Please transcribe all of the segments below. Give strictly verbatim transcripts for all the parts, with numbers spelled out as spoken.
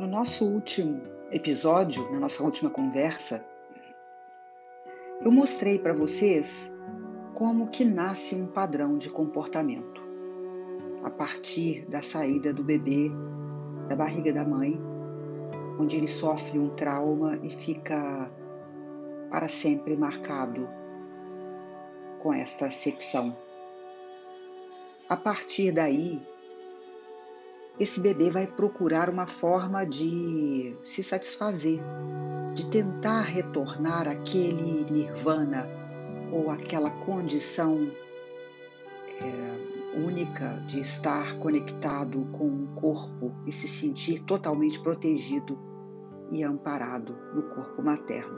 No nosso último episódio, na nossa última conversa, eu mostrei para vocês como que nasce um padrão de comportamento a partir da saída do bebê da barriga da mãe, onde ele sofre um trauma e fica para sempre marcado com esta secção. A partir daí, esse bebê vai procurar uma forma de se satisfazer, de tentar retornar àquele nirvana ou àquela condição é, única de estar conectado com o corpo e se sentir totalmente protegido e amparado no corpo materno.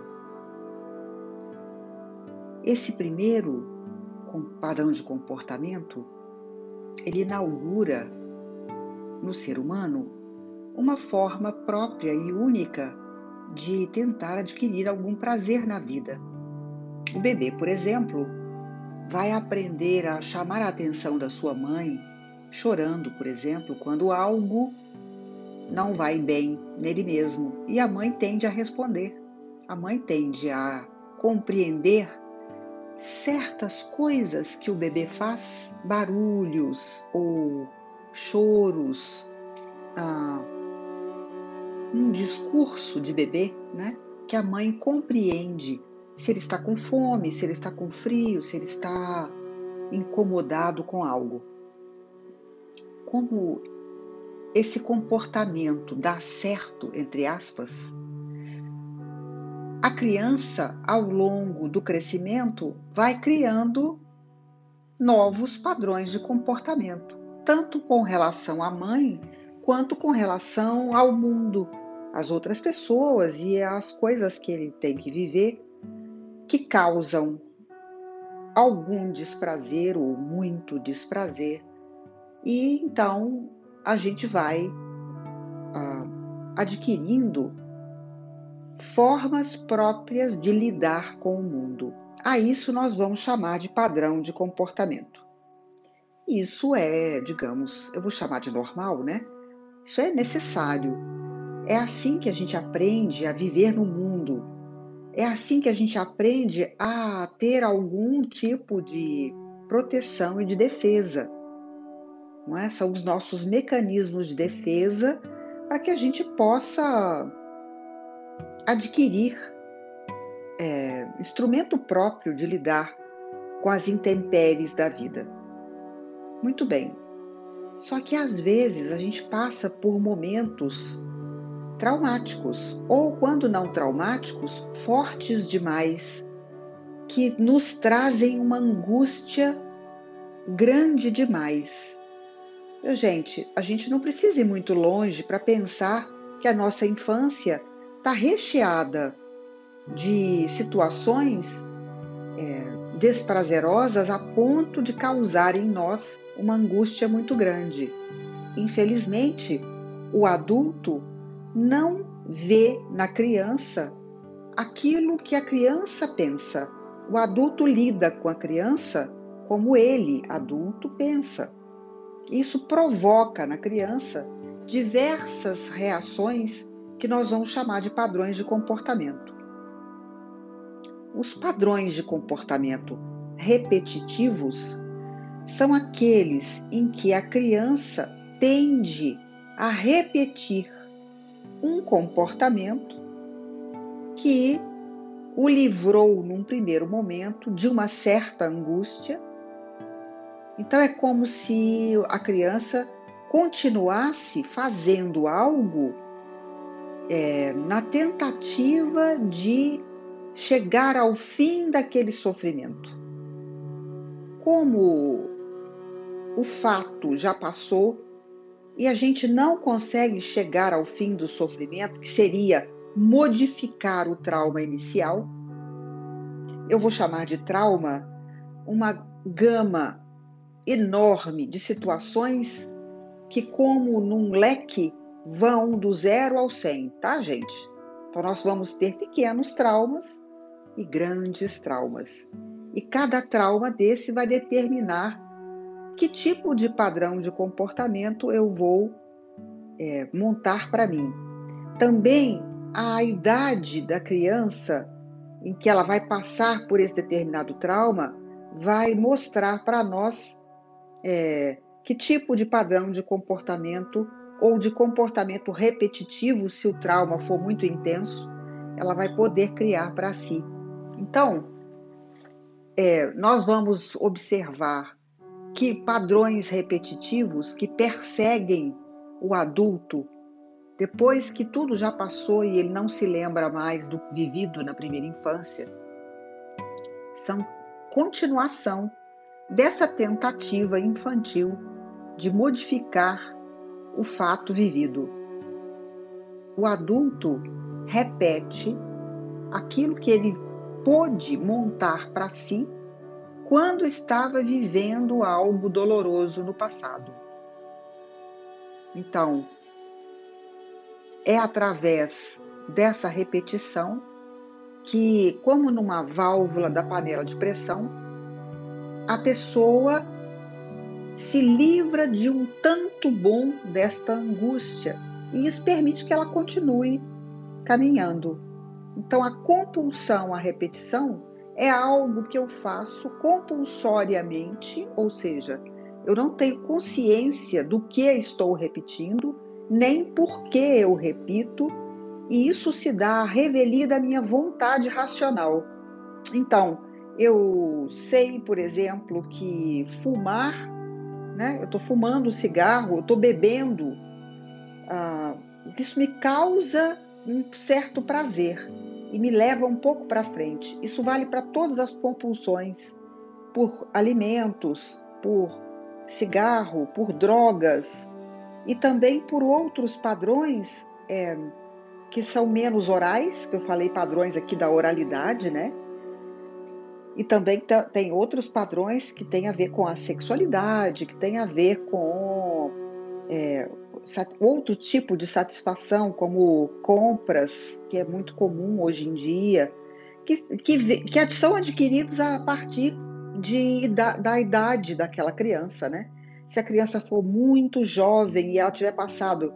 Esse primeiro padrão de comportamento, ele inaugura no ser humano uma forma própria e única de tentar adquirir algum prazer na vida. O bebê, por exemplo, vai aprender a chamar a atenção da sua mãe, chorando, por exemplo, quando algo não vai bem nele mesmo. E a mãe tende a responder. A mãe tende a compreender certas coisas que o bebê faz, barulhos ou choros, ah, um discurso de bebê, né, que a mãe compreende se ele está com fome, se ele está com frio, se ele está incomodado com algo. Como esse comportamento dá certo, entre aspas, a criança, ao longo do crescimento, vai criando novos padrões de comportamento, tanto com relação à mãe, quanto com relação ao mundo, às outras pessoas e às coisas que ele tem que viver, que causam algum desprazer ou muito desprazer. E então a gente vai ah, adquirindo formas próprias de lidar com o mundo. A isso nós vamos chamar de padrão de comportamento. Isso é, digamos, eu vou chamar de normal, né? Isso é necessário. É assim que a gente aprende a viver no mundo. É assim que a gente aprende a ter algum tipo de proteção e de defesa. Não é? São os nossos mecanismos de defesa para que a gente possa adquirir é, instrumento próprio de lidar com as intempéries da vida. Muito bem. Só que às vezes a gente passa por momentos traumáticos, ou quando não traumáticos, fortes demais, que nos trazem uma angústia grande demais. Gente, a gente não precisa ir muito longe para pensar que a nossa infância está recheada de situações é, desprazerosas a ponto de causar em nós uma angústia muito grande. Infelizmente, o adulto não vê na criança aquilo que a criança pensa. O adulto lida com a criança como ele, adulto, pensa. Isso provoca na criança diversas reações que nós vamos chamar de padrões de comportamento. Os padrões de comportamento repetitivos são aqueles em que a criança tende a repetir um comportamento que o livrou num primeiro momento de uma certa angústia. Então é como se a criança continuasse fazendo algo é, na tentativa de chegar ao fim daquele sofrimento. Como o fato já passou e a gente não consegue chegar ao fim do sofrimento, que seria modificar o trauma inicial, eu vou chamar de trauma uma gama enorme de situações que, como num leque, vão do zero ao cem, tá, gente? Então nós vamos ter pequenos traumas e grandes traumas. E cada trauma desse vai determinar que tipo de padrão de comportamento eu vou é, montar para mim. Também a idade da criança em que ela vai passar por esse determinado trauma vai mostrar para nós é, que tipo de padrão de comportamento ou de comportamento repetitivo, se o trauma for muito intenso, ela vai poder criar para si. Então, é, nós vamos observar que padrões repetitivos que perseguem o adulto, depois que tudo já passou e ele não se lembra mais do vivido na primeira infância, são continuação dessa tentativa infantil de modificar o fato vivido. O adulto repete aquilo que ele pôde montar para si quando estava vivendo algo doloroso no passado. Então, é através dessa repetição que, como numa válvula da panela de pressão, a pessoa se livra de um tanto bom desta angústia e isso permite que ela continue caminhando. Então, a compulsão à repetição é algo que eu faço compulsoriamente, ou seja, eu não tenho consciência do que estou repetindo, nem por que eu repito, e isso se dá à revelia da minha vontade racional. Então, eu sei, por exemplo, que fumar, né, eu estou fumando cigarro, eu estou bebendo, ah, isso me causa um certo prazer e me leva um pouco para frente. Isso vale para todas as compulsões, por alimentos, por cigarro, por drogas e também por outros padrões é, que são menos orais, que eu falei padrões aqui da oralidade, né? E também tem outros padrões que têm a ver com a sexualidade, que tem a ver com é, outro tipo de satisfação, como compras, que é muito comum hoje em dia, que, que, que são adquiridos a partir de, da, da idade daquela criança, né? Se a criança for muito jovem e ela tiver passado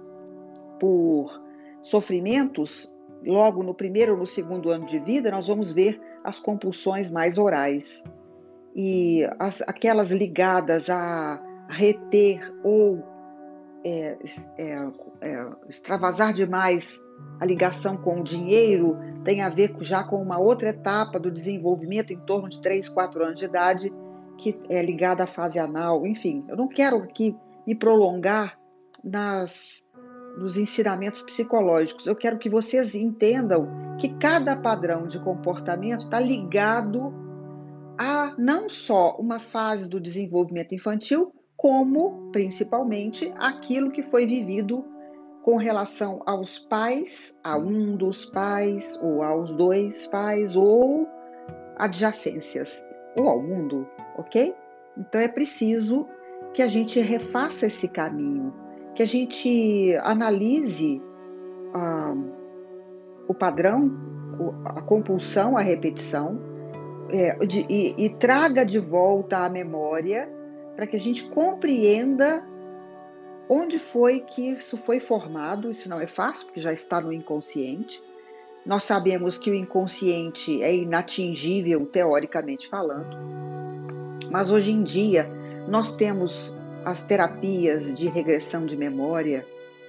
por sofrimentos, logo no primeiro ou no segundo ano de vida, nós vamos ver as compulsões mais orais. E as, aquelas ligadas a reter ou é, é, é, extravasar demais a ligação com o dinheiro, tem a ver já com uma outra etapa do desenvolvimento, em torno de três, quatro anos de idade, que é ligada à fase anal. Enfim, eu não quero aqui me prolongar nas, nos ensinamentos psicológicos. Eu quero que vocês entendam que cada padrão de comportamento está ligado a não só uma fase do desenvolvimento infantil, como, principalmente, aquilo que foi vivido com relação aos pais, a um dos pais, ou aos dois pais, ou adjacências, ou ao mundo, ok? Então é preciso que a gente refaça esse caminho, que a gente analise ah, o padrão, a compulsão à repetição, é, de, e, e traga de volta à memória para que a gente compreenda onde foi que isso foi formado. Isso não é fácil, porque já está no inconsciente. Nós sabemos que o inconsciente é inatingível, teoricamente falando, mas hoje em dia nós temos as terapias de regressão de memória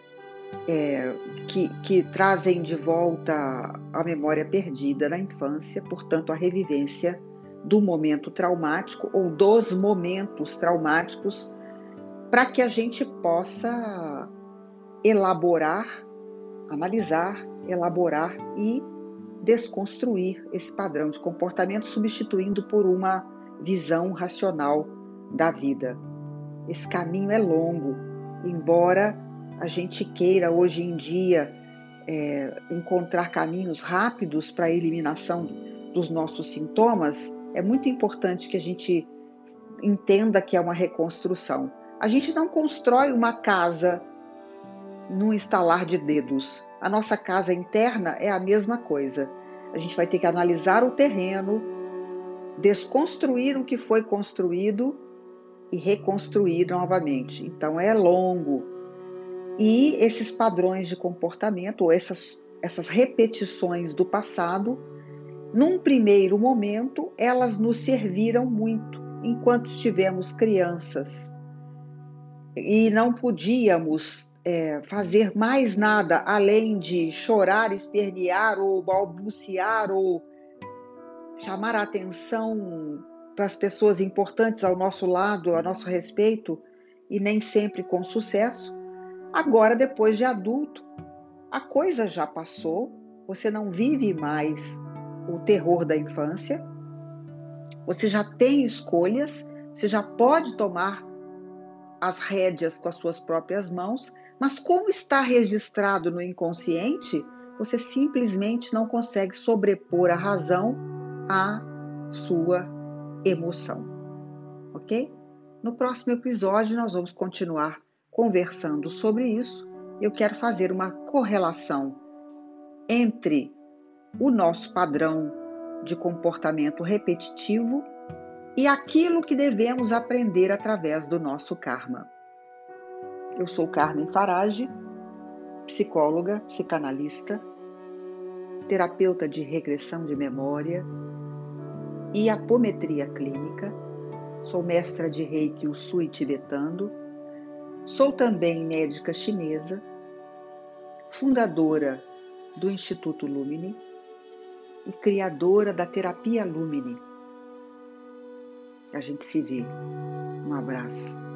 é, que, que trazem de volta a memória perdida na infância, portanto a revivência do momento traumático ou dos momentos traumáticos, para que a gente possa elaborar, analisar, elaborar e desconstruir esse padrão de comportamento, substituindo por uma visão racional da vida. Esse caminho é longo, embora a gente queira hoje em dia é, encontrar caminhos rápidos para a eliminação dos nossos sintomas. É muito importante que a gente entenda que é uma reconstrução. A gente não constrói uma casa num estalar de dedos. A nossa casa interna é a mesma coisa. A gente vai ter que analisar o terreno, desconstruir o que foi construído e reconstruir novamente. Então é longo. E esses padrões de comportamento, ou essas, essas repetições do passado, num primeiro momento, elas nos serviram muito enquanto estivemos crianças e não podíamos é, fazer mais nada além de chorar, espernear ou balbuciar ou chamar a atenção para as pessoas importantes ao nosso lado, a nosso respeito, e nem sempre com sucesso. Agora, depois de adulto, a coisa já passou, você não vive mais o terror da infância, você já tem escolhas, você já pode tomar as rédeas com as suas próprias mãos, mas como está registrado no inconsciente, você simplesmente não consegue sobrepor a razão à sua emoção, ok? No próximo episódio nós vamos continuar conversando sobre isso. Eu quero fazer uma correlação entre o nosso padrão de comportamento repetitivo e aquilo que devemos aprender através do nosso karma. Eu sou Carmen Farage, psicóloga, psicanalista, terapeuta de regressão de memória e apometria clínica. Sou mestra de Reiki Usui tibetano. Sou também médica chinesa, fundadora do Instituto Lumine e criadora da terapia Lumine. A gente se vê. Um abraço.